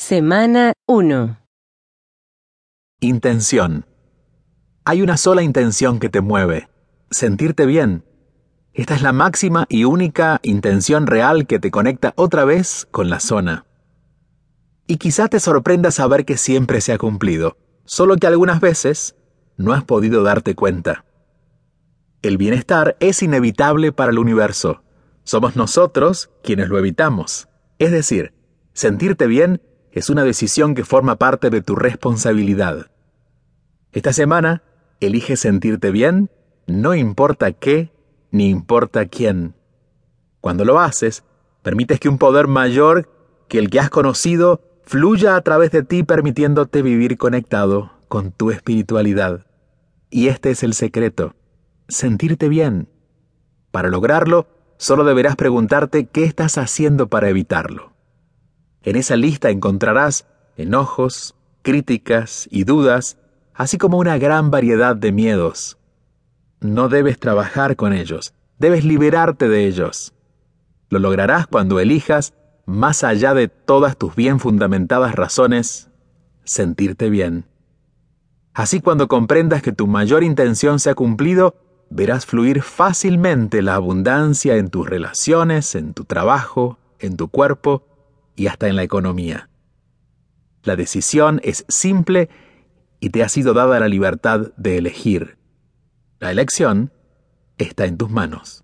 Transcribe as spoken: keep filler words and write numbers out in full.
Semana uno. Intención. Hay una sola intención que te mueve: sentirte bien. Esta es la máxima y única intención real que te conecta otra vez con la zona. Y quizá te sorprenda saber que siempre se ha cumplido, solo que algunas veces no has podido darte cuenta. El bienestar es inevitable para el universo. Somos nosotros quienes lo evitamos. Es decir, sentirte bien es una decisión que forma parte de tu responsabilidad. Esta semana, elige sentirte bien, no importa qué, ni importa quién. Cuando lo haces, permites que un poder mayor que el que has conocido fluya a través de ti, permitiéndote vivir conectado con tu espiritualidad. Y este es el secreto: sentirte bien. Para lograrlo, solo deberás preguntarte qué estás haciendo para evitarlo. En esa lista encontrarás enojos, críticas y dudas, así como una gran variedad de miedos. No debes trabajar con ellos, debes liberarte de ellos. Lo lograrás cuando elijas, más allá de todas tus bien fundamentadas razones, sentirte bien. Así, cuando comprendas que tu mayor intención se ha cumplido, verás fluir fácilmente la abundancia en tus relaciones, en tu trabajo, en tu cuerpo y hasta en la economía. La decisión es simple y te ha sido dada la libertad de elegir. La elección está en tus manos.